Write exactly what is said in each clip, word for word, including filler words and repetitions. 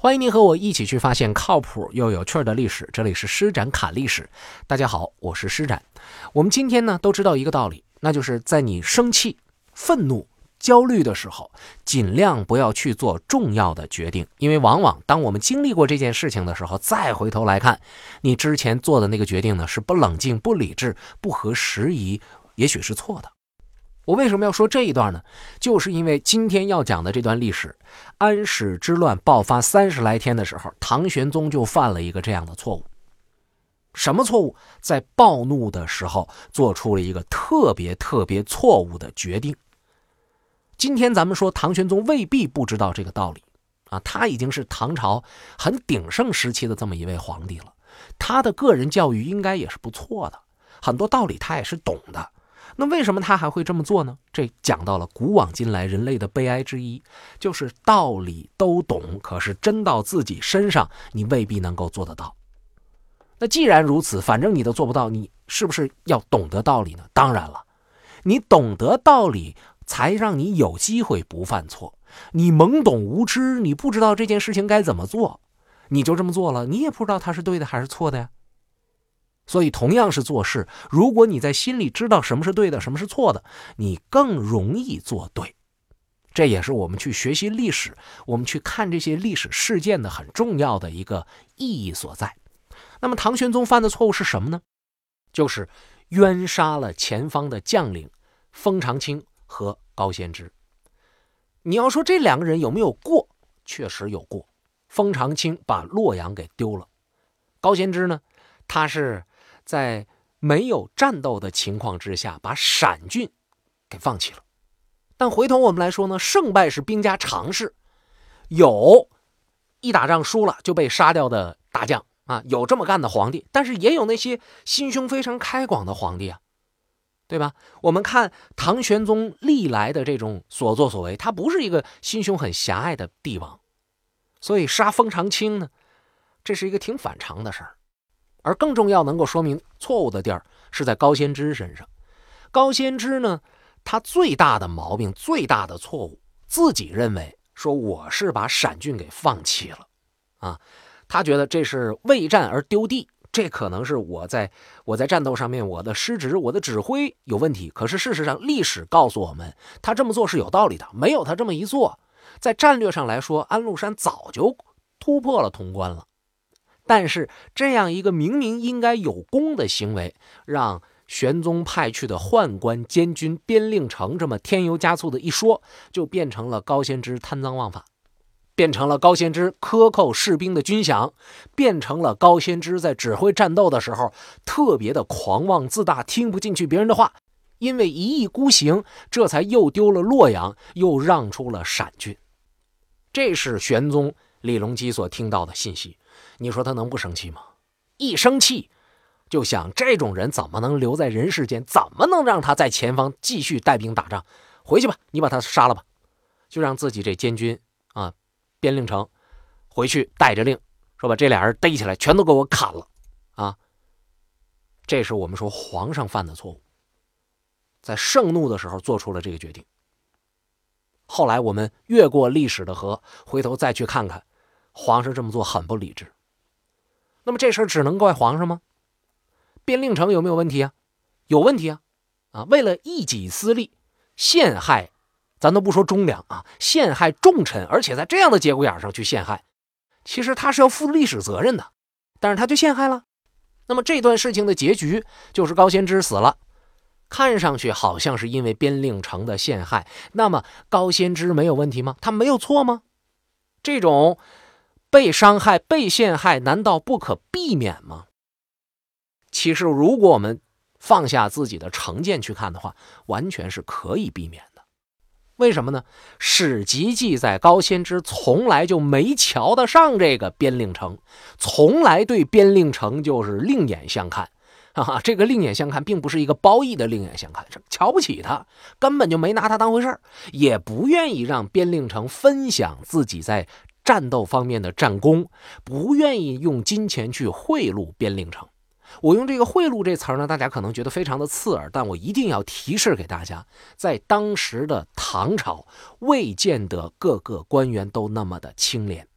欢迎您和我一起去发现靠谱又有趣的历史，这里是施展侃历史。大家好，我是施展。我们今天呢都知道一个道理，那就是在你生气、愤怒、焦虑的时候，尽量不要去做重要的决定，因为往往当我们经历过这件事情的时候，再回头来看，你之前做的那个决定呢是不冷静、不理智、不合时宜，也许是错的。我为什么要说这一段呢？就是因为今天要讲的这段历史，安史之乱爆发三十来天的时候，唐玄宗就犯了一个这样的错误。什么错误？在暴怒的时候做出了一个特别特别错误的决定。今天咱们说唐玄宗未必不知道这个道理啊，他已经是唐朝很鼎盛时期的这么一位皇帝了，他的个人教育应该也是不错的，很多道理他也是懂的。那为什么他还会这么做呢？这讲到了古往今来人类的悲哀之一，就是道理都懂，可是真到自己身上，你未必能够做得到。那既然如此，反正你都做不到，你是不是要懂得道理呢？当然了，你懂得道理，才让你有机会不犯错。你懵懂无知，你不知道这件事情该怎么做，你就这么做了，你也不知道它是对的还是错的呀。所以同样是做事，如果你在心里知道什么是对的，什么是错的，你更容易做对。这也是我们去学习历史，我们去看这些历史事件的很重要的一个意义所在。那么唐玄宗犯的错误是什么呢？就是冤杀了前方的将领封长清和高仙芝。你要说这两个人有没有过？确实有过。封长清把洛阳给丢了，高仙芝呢，他是在没有战斗的情况之下把陕郡给放弃了。但回头我们来说呢，胜败是兵家常事，有一打仗输了就被杀掉的大将啊，有这么干的皇帝，但是也有那些心胸非常开广的皇帝啊，对吧？我们看唐玄宗历来的这种所作所为，他不是一个心胸很狭隘的帝王，所以杀封长清呢，这是一个挺反常的事儿。而更重要能够说明错误的地儿是在高仙芝身上。高仙芝呢，他最大的毛病，最大的错误，自己认为说我是把陕郡给放弃了啊，他觉得这是为战而丢地，这可能是我在我在战斗上面我的失职，我的指挥有问题。可是事实上历史告诉我们，他这么做是有道理的，没有他这么一做，在战略上来说，安禄山早就突破了潼关了。但是这样一个明明应该有功的行为，让玄宗派去的宦官监军边令城这么添油加醋的一说，就变成了高仙芝贪赃枉法，变成了高仙芝克扣士兵的军饷，变成了高仙芝在指挥战斗的时候特别的狂妄自大，听不进去别人的话，因为一意孤行，这才又丢了洛阳，又让出了陕郡。这是玄宗李隆基所听到的信息。你说他能不生气吗？一生气就想，这种人怎么能留在人世间，怎么能让他在前方继续带兵打仗？回去吧，你把他杀了吧。就让自己这监军啊，边令城回去带着令，说把这俩人逮起来，全都给我砍了啊！这是我们说皇上犯的错误，在盛怒的时候做出了这个决定。后来我们越过历史的河，回头再去看看，皇上这么做很不理智。那么这事儿只能怪皇上吗？边令城有没有问题啊？有问题啊！啊，为了一己私利，陷害，咱都不说忠良啊，陷害重臣，而且在这样的节骨眼上去陷害，其实他是要负历史责任的，但是他就陷害了。那么这段事情的结局就是高仙芝死了，看上去好像是因为边令城的陷害，那么高仙芝没有问题吗？他没有错吗？这种被伤害、被陷害，难道不可避免吗？其实如果我们放下自己的成见去看的话，完全是可以避免的。为什么呢？史籍记载高仙芝从来就没瞧得上这个边令城，从来对边令城就是另眼相看啊，这个另眼相看并不是一个褒义的另眼相看，瞧不起他，根本就没拿他当回事儿，也不愿意让边令城分享自己在战斗方面的战功，不愿意用金钱去贿赂边令城。我用这个贿赂这词儿呢，大家可能觉得非常的刺耳，但我一定要提示给大家，在当时的唐朝，未见得各个官员都那么的清廉。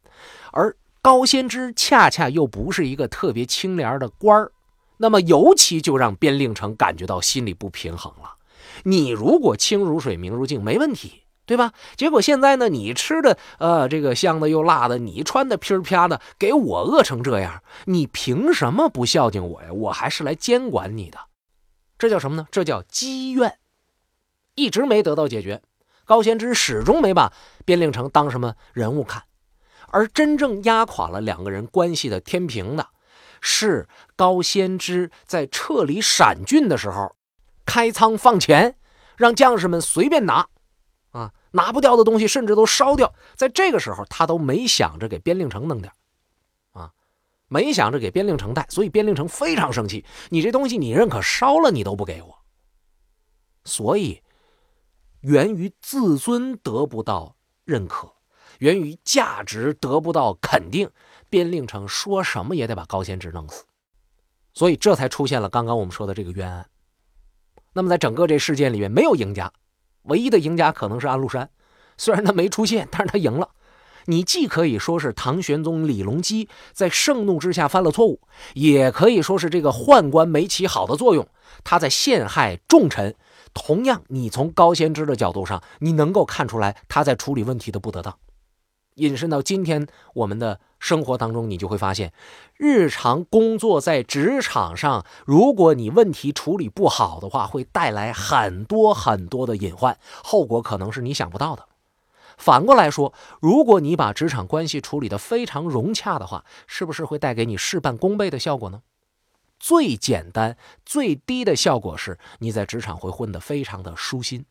而高仙芝恰恰又不是一个特别清廉的官儿，那么尤其就让边令城感觉到心里不平衡了。你如果清如水明如镜没问题，对吧？结果现在呢，你吃的呃这个香的又辣的，你穿的噼儿啪的，给我饿成这样，你凭什么不孝敬我呀？我还是来监管你的。这叫什么呢？这叫积怨，一直没得到解决。高仙芝始终没把边令城当什么人物看，而真正压垮了两个人关系的天平的，是高仙芝在撤离陕郡的时候，开仓放钱，让将士们随便拿，啊，拿不掉的东西甚至都烧掉。在这个时候，他都没想着给边令城弄点，啊，没想着给边令城带，所以边令城非常生气，你这东西你认可烧了，你都不给我。所以，源于自尊得不到认可，源于价值得不到肯定，边令城说什么也得把高仙芝弄死，所以这才出现了刚刚我们说的这个冤案。那么在整个这事件里面没有赢家，唯一的赢家可能是安禄山，虽然他没出现，但是他赢了。你既可以说是唐玄宗李隆基在盛怒之下犯了错误，也可以说是这个宦官没起好的作用，他在陷害重臣。同样，你从高仙芝的角度上，你能够看出来他在处理问题的不得当。引申到今天我们的生活当中，你就会发现，日常工作在职场上，如果你问题处理不好的话，会带来很多很多的隐患，后果可能是你想不到的。反过来说，如果你把职场关系处理得非常融洽的话，是不是会带给你事半功倍的效果呢？最简单最低的效果是你在职场会混得非常的舒心。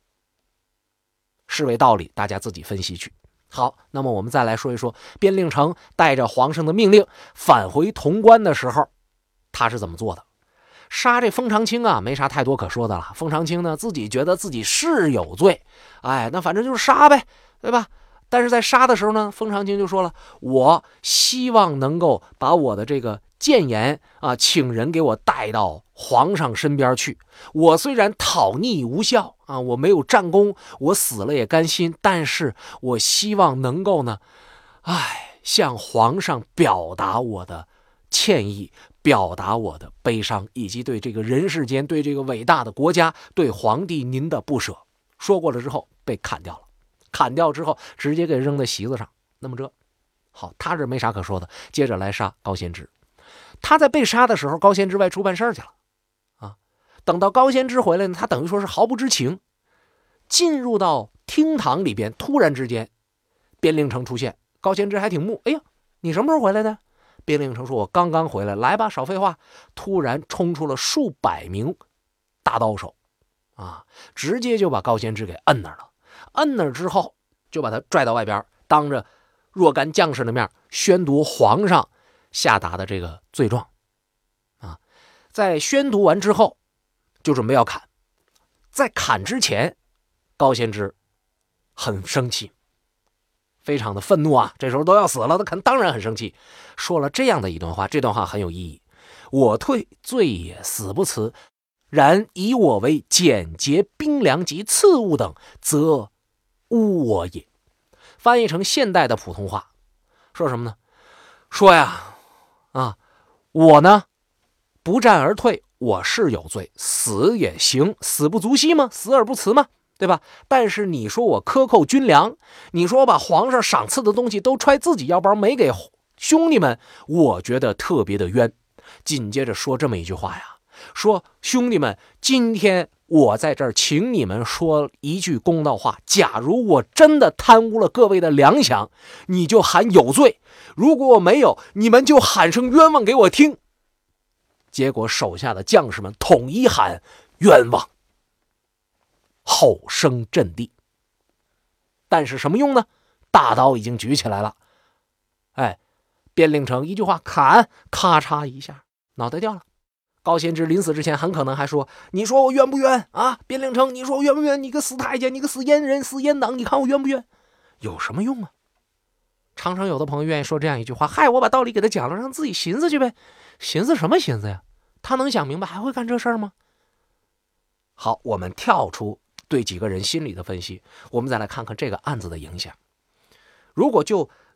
是为道理，大家自己分析去。好，那么我们再来说一说边令城带着皇上的命令返回潼关的时候，他是怎么做的。杀这封长清啊，没啥太多可说的了。封长清呢，自己觉得自己是有罪，哎，那反正就是杀呗，对吧？但是在杀的时候呢，封长清就说了，我希望能够把我的这个谏言啊，请人给我带到皇上身边去。我虽然讨逆无效啊，我没有战功，我死了也甘心，但是我希望能够呢，哎，向皇上表达我的歉意，表达我的悲伤，以及对这个人世间，对这个伟大的国家，对皇帝您的不舍。说过了之后被砍掉了，砍掉之后直接给扔在席子上。那么这好，他这没啥可说的，接着来杀高仙芝。他在被杀的时候，高仙芝外出办事去了啊。等到高仙芝回来呢，他等于说是毫不知情。进入到厅堂里边，突然之间边令城出现，高仙芝还挺木，哎呀，你什么时候回来的？边令城说，我刚刚回来。来吧，少废话。突然冲出了数百名大刀手啊，直接就把高仙芝给摁那儿了。摁那儿之后，就把他拽到外边，当着若干将士的面宣读皇上下达的这个罪状啊。在宣读完之后，就准备要砍。在砍之前，高仙芝很生气，非常的愤怒啊，这时候都要死了，他肯当然很生气，说了这样的一段话。这段话很有意义，我退罪也死不辞，然以我为简洁冰凉及刺物等，则污我也。翻译成现代的普通话说什么呢？说呀啊，我呢不战而退，我是有罪，死也行，死不足惜吗？死而不辞吗？对吧？但是你说我克扣军粮，你说我把皇上赏赐的东西都揣自己腰包，没给兄弟们，我觉得特别的冤。紧接着说这么一句话呀，说兄弟们，今天我在这儿请你们说一句公道话，假如我真的贪污了各位的粮饷，你就喊有罪，如果我没有，你们就喊声冤枉给我听。结果手下的将士们统一喊冤枉，吼声震地。但是什么用呢？大刀已经举起来了，哎，边令城一句话砍，咔嚓一下脑袋掉了。高仙芝临死之前很可能还说，你说我冤不冤啊？边令城，你说我冤不冤？你个死太监，你个死阉人，死阉党，你看我冤不冤？有什么用啊？常常有的朋友愿意说这样一句话，嗨，我把道理给他讲了，让自己寻思去呗。寻思什么寻思呀？他能想明白还会干这事儿吗？好，我们跳出对几个人心理的分析，我们再来看看这个案子的影响。如果就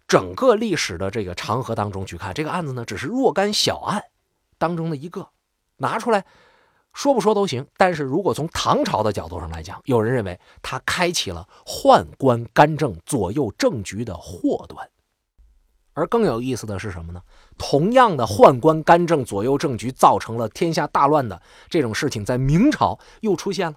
整个历史的这个长河当中去看，这个案子呢只是若干小案当中的一个，拿出来说不说都行。但是如果从唐朝的角度上来讲，有人认为它开启了宦官干政左右政局的祸端。而更有意思的是什么呢？同样的宦官干政左右政局造成了天下大乱的这种事情，在明朝又出现了。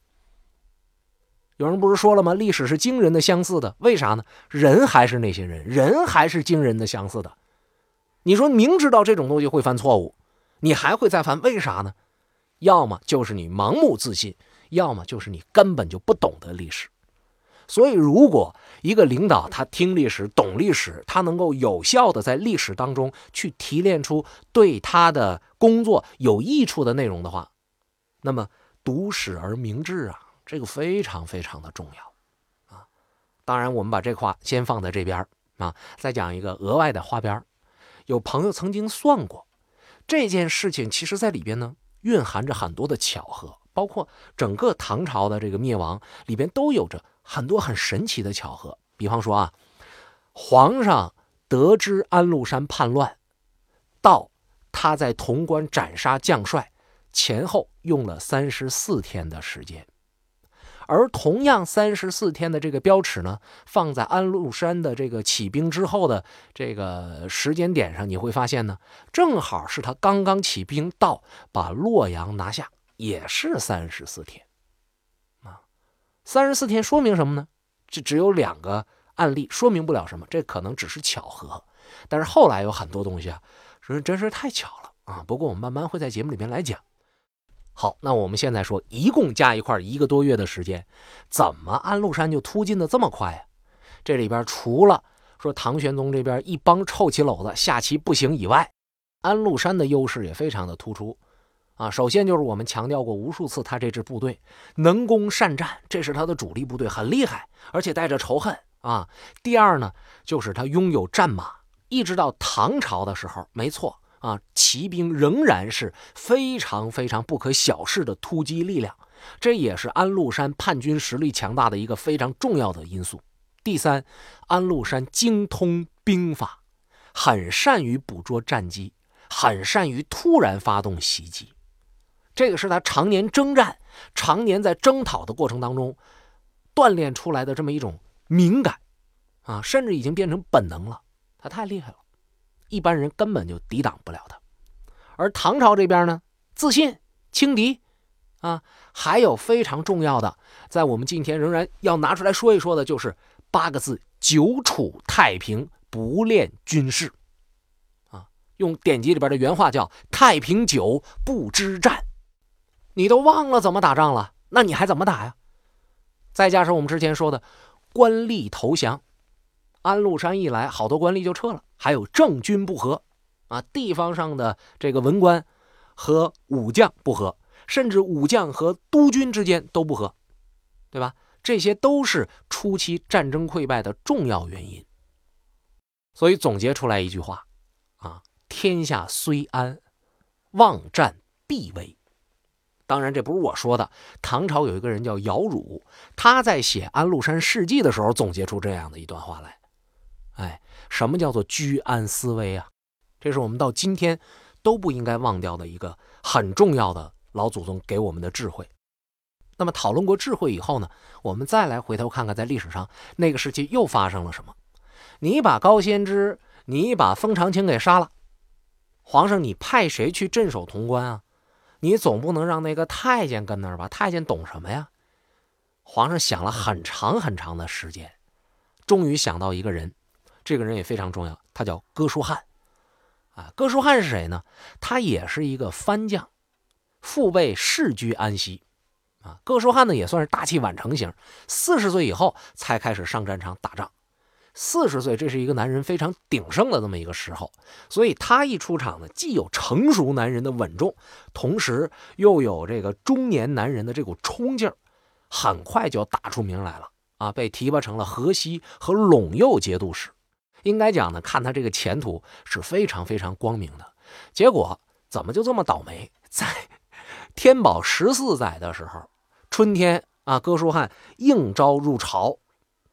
有人不是说了吗？历史是惊人的相似的，为啥呢？人还是那些人，人还是惊人的相似的。你说明知道这种东西会犯错误，你还会再犯，为啥呢？要么就是你盲目自信，要么就是你根本就不懂得历史。所以如果一个领导他听历史懂历史，他能够有效的在历史当中去提炼出对他的工作有益处的内容的话，那么读史而明志啊，这个非常非常的重要啊。当然我们把这话先放在这边啊，再讲一个额外的花边。有朋友曾经算过这件事情，其实在里边呢蕴含着很多的巧合，包括整个唐朝的这个灭亡里边都有着很多很神奇的巧合。比方说啊，皇上得知安禄山叛乱，到他在潼关斩杀将帅前后用了三十四天的时间。而同样三十四天的这个标尺呢，放在安禄山的这个起兵之后的这个时间点上，你会发现呢，正好是他刚刚起兵到把洛阳拿下，也是三十四天啊。三十四天说明什么呢？这只有两个案例，说明不了什么，这可能只是巧合。但是后来有很多东西啊，是真是太巧了啊。不过我们慢慢会在节目里面来讲。好，那我们现在说，一共加一块一个多月的时间，怎么安禄山就突进的这么快啊？这里边除了说唐玄宗这边一帮臭棋篓子下棋不行以外，安禄山的优势也非常的突出啊。首先就是我们强调过无数次，他这支部队能攻善战，这是他的主力部队，很厉害，而且带着仇恨啊。第二呢，就是他拥有战马，一直到唐朝的时候，没错啊，骑兵仍然是非常非常不可小视的突击力量，这也是安禄山叛军实力强大的一个非常重要的因素。第三，安禄山精通兵法，很善于捕捉战机，很善于突然发动袭击，这个是他常年征战、常年在征讨的过程当中锻炼出来的这么一种敏感啊，甚至已经变成本能了，他太厉害了，一般人根本就抵挡不了他。而唐朝这边呢，自信轻敌啊，还有非常重要的，在我们今天仍然要拿出来说一说的，就是八个字：久处太平，不练军事啊。用典籍里边的原话叫太平久，不知战。你都忘了怎么打仗了，那你还怎么打呀？再加上我们之前说的官吏投降，安禄山一来，好多官吏就撤了，还有政军不和啊，地方上的这个文官和武将不和，甚至武将和督军之间都不和，对吧？这些都是初期战争溃败的重要原因。所以总结出来一句话啊，天下虽安，望战必危。当然这不是我说的，唐朝有一个人叫姚汝，他在写安禄山事迹的时候总结出这样的一段话来。哎，什么叫做居安思危啊？这是我们到今天都不应该忘掉的一个很重要的老祖宗给我们的智慧。那么讨论过智慧以后呢，我们再来回头看看在历史上那个时期又发生了什么。你把高仙芝，你把封长清给杀了，皇上你派谁去镇守潼关啊？你总不能让那个太监跟那儿吧？太监懂什么呀？皇上想了很长很长的时间，终于想到一个人，这个人也非常重要，他叫哥舒翰啊。哥舒翰是谁呢？他也是一个藩将，父辈世居安西啊。哥舒翰呢也算是大器晚成型，四十岁以后才开始上战场打仗。四十岁这是一个男人非常鼎盛的这么一个时候，所以他一出场呢，既有成熟男人的稳重，同时又有这个中年男人的这股冲劲儿，很快就打出名来了啊，被提拔成了河西和陇右节度使。应该讲呢，看他这个前途是非常非常光明的。结果怎么就这么倒霉，在天宝十四载的时候，春天啊，哥舒翰应召入朝，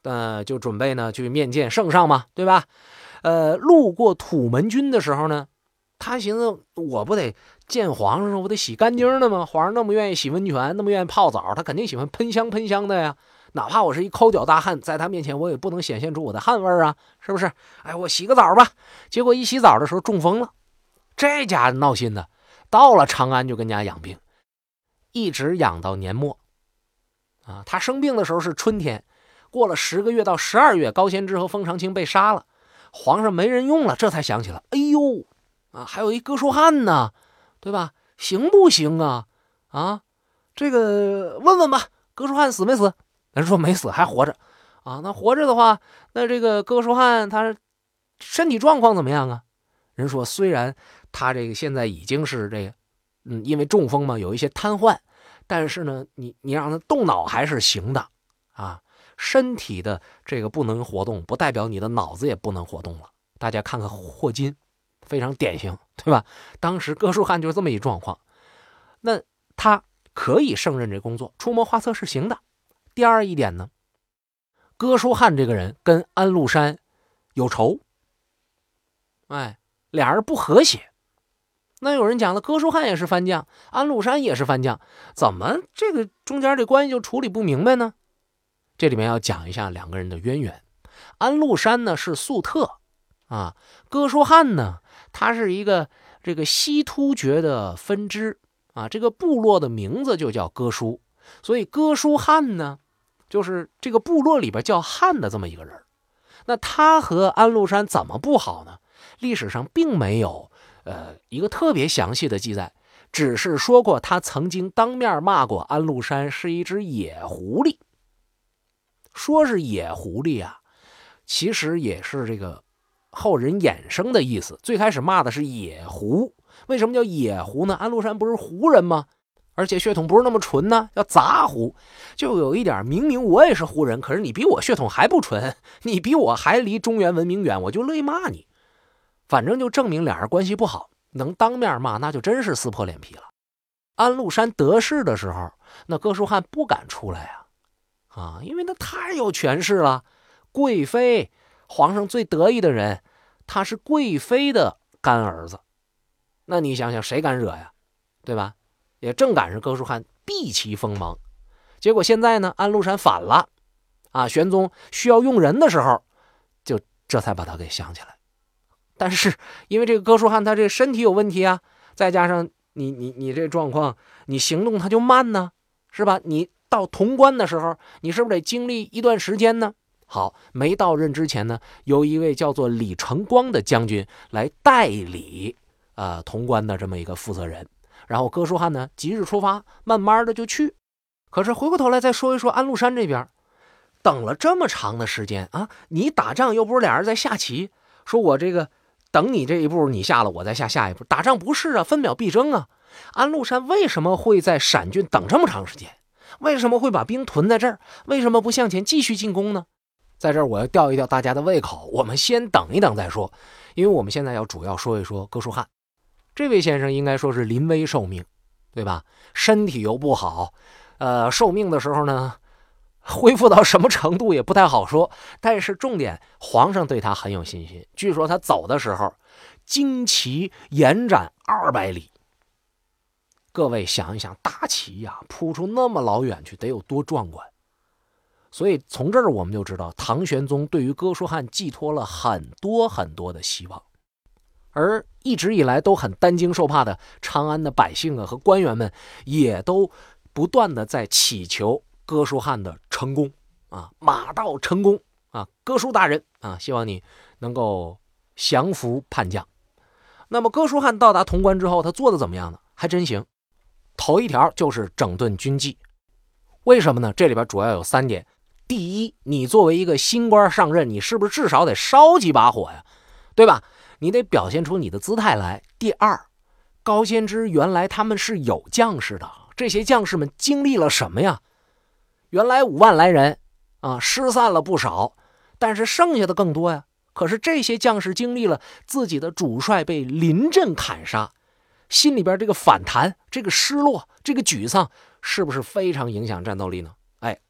呃，就准备呢去面见圣上嘛，对吧？呃，路过土门军的时候呢，他寻思我不得见皇上，我得洗干净的吗？皇上那么愿意洗温泉，那么愿意泡澡，他肯定喜欢喷香喷香的呀。哪怕我是一抠脚大汉，在他面前我也不能显现出我的汗味啊，是不是？哎，我洗个澡吧。结果一洗澡的时候中风了，这家闹心的，到了长安就跟家养病，一直养到年末啊。他生病的时候是春天，过了十个月到十二月，高仙芝和封长清被杀了，皇上没人用了，这才想起来，哎呦啊，还有一哥舒翰呢，对吧？行不行啊？啊，这个问问吧，哥舒翰死没死？人说没死，还活着啊。那活着的话，那这个哥舒翰他身体状况怎么样啊？人说虽然他这个现在已经是这个，嗯，因为中风嘛，有一些瘫痪，但是呢，你你让他动脑还是行的啊。身体的这个不能活动，不代表你的脑子也不能活动了。大家看看霍金，非常典型，对吧？当时哥舒翰就是这么一状况，那他可以胜任这工作，出谋划策是行的。第二一点呢，哥舒翰这个人跟安禄山有仇，哎，俩人不和谐。那有人讲了，哥舒翰也是番将，安禄山也是番将，怎么这个中间这关系就处理不明白呢？这里面要讲一下两个人的渊源。安禄山呢是粟特啊，哥舒翰呢他是一个这个西突厥的分支啊，这个部落的名字就叫哥舒，所以哥舒翰呢就是这个部落里边叫汉的这么一个人。那他和安禄山怎么不好呢？历史上并没有呃一个特别详细的记载，只是说过他曾经当面骂过安禄山是一只野狐狸。说是野狐狸啊，其实也是这个后人衍生的意思。最开始骂的是野狐，为什么叫野狐呢？安禄山不是胡人吗？而且血统不是那么纯呢，叫杂狐，就有一点明明我也是胡人，可是你比我血统还不纯，你比我还离中原文明远，我就乐意骂你。反正就证明俩人关系不好，能当面骂那就真是撕破脸皮了。安禄山得势的时候，那哥舒翰不敢出来啊，啊，因为他太有权势了，贵妃，皇上最得意的人，他是贵妃的干儿子，那你想想谁敢惹呀，对吧？也正赶上哥舒翰避其锋芒，结果现在呢，安禄山反了啊！玄宗需要用人的时候，就这才把他给想起来。但是因为这个哥舒翰他这身体有问题啊，再加上你你你这状况，你行动他就慢呢，是吧？你到潼关的时候，你是不是得经历一段时间呢？好，没到任之前呢，由一位叫做李成光的将军来代理呃潼关的这么一个负责人。然后哥舒翰呢即日出发，慢慢的就去。可是回过头来再说一说安禄山这边，等了这么长的时间啊，你打仗又不是俩人在下棋，说我这个等你这一步你下了，我再下下一步，打仗不是啊，分秒必争啊。安禄山为什么会在陕郡等这么长时间？为什么会把兵屯在这儿？为什么不向前继续进攻呢？在这儿我要吊一吊大家的胃口，我们先等一等再说，因为我们现在要主要说一说哥舒翰。这位先生应该说是临危受命，对吧？身体又不好，呃，受命的时候呢，恢复到什么程度也不太好说。但是重点，皇上对他很有信心。据说他走的时候，旌旗延展二百里。各位想一想，大旗呀、啊，铺出那么老远去，得有多壮观。所以从这儿我们就知道，唐玄宗对于哥舒翰寄托了很多很多的希望。而一直以来都很担惊受怕的长安的百姓啊和官员们，也都不断的在祈求哥舒翰的成功啊，马到成功啊，哥舒大人啊，希望你能够降服叛将。那么哥舒翰到达潼关之后，他做的怎么样呢？还真行。头一条就是整顿军纪。为什么呢？这里边主要有三点。第一，你作为一个新官上任，你是不是至少得烧几把火呀，对吧？你得表现出你的姿态来。第二，高仙芝原来他们是有将士的，这些将士们经历了什么呀？原来五万来人啊，失散了不少，但是剩下的更多呀。可是这些将士经历了自己的主帅被临阵砍杀，心里边这个反弹、这个失落、这个沮丧，是不是非常影响战斗力呢？哎，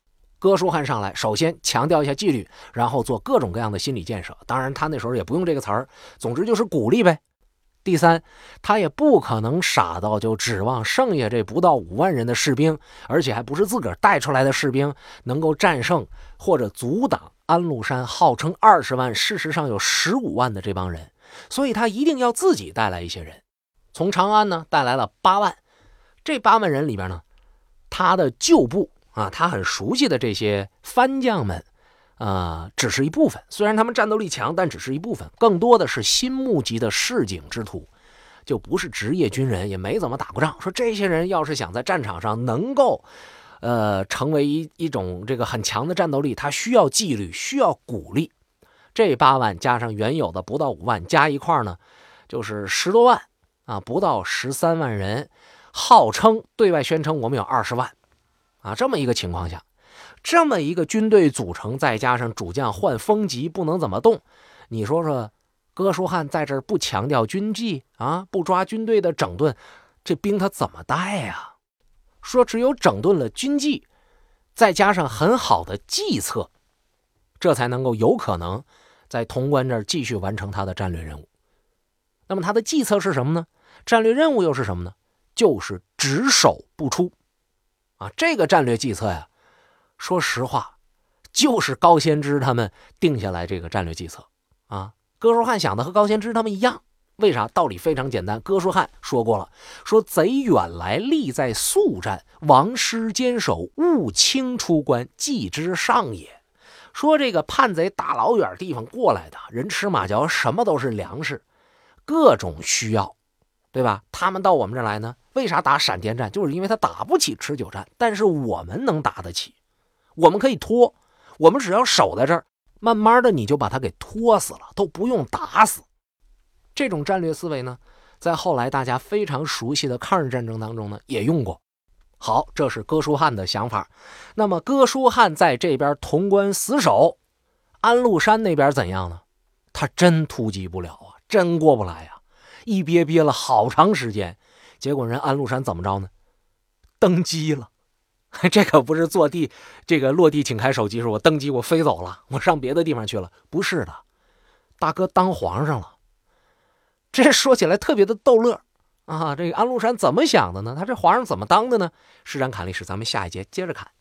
哥舒翰上来，首先强调一下纪律，然后做各种各样的心理建设。当然他那时候也不用这个词儿，总之就是鼓励呗。第三，他也不可能傻到就指望剩下这不到五万人的士兵，而且还不是自个儿带出来的士兵，能够战胜或者阻挡安禄山号称二十万，事实上有十五万的这帮人。所以他一定要自己带来一些人。从长安呢带来了八万，这八万人里边呢，他的旧部啊，他很熟悉的这些番将们呃，只是一部分，虽然他们战斗力强，但只是一部分，更多的是新募集的市井之徒，就不是职业军人，也没怎么打过仗。说这些人要是想在战场上能够呃，成为一一种这个很强的战斗力，他需要纪律，需要鼓励。这八万加上原有的不到五万，加一块呢，就是十多万啊，不到十三万人，号称对外宣称我们有二十万啊，这么一个情况下。这么一个军队组成，再加上主将换风急，不能怎么动。你说说，哥舒翰在这儿不强调军纪啊，不抓军队的整顿，这兵他怎么带呀？说只有整顿了军纪，再加上很好的计策，这才能够有可能在潼关这儿继续完成他的战略任务。那么他的计策是什么呢？战略任务又是什么呢？就是只守不出啊！这个战略计策呀，说实话，就是高仙芝他们定下来这个战略计策啊。哥舒翰想的和高仙芝他们一样，为啥？道理非常简单。哥舒翰说过了，说贼远来力在速战，王师坚守，勿轻出关，计之上也。说这个叛贼大老远地方过来的，人吃马嚼，什么都是粮食，各种需要，对吧？他们到我们这来呢，为啥打闪电战？就是因为他打不起持久战，但是我们能打得起。我们可以拖，我们只要守在这儿，慢慢的你就把他给拖死了，都不用打死。这种战略思维呢，在后来大家非常熟悉的抗日战争当中呢，也用过。好，这是哥舒翰的想法。那么哥舒翰在这边潼关死守，安禄山那边怎样呢？他真突击不了啊，真过不来啊，一憋憋了好长时间。结果人安禄山怎么着呢？登基了。这可不是坐地这个落地请开手机，是我登基我飞走了，我上别的地方去了，不是的，大哥当皇上了。这说起来特别的逗乐啊！这个安禄山怎么想的呢？他这皇上怎么当的呢？施展侃历史，咱们下一节接着看。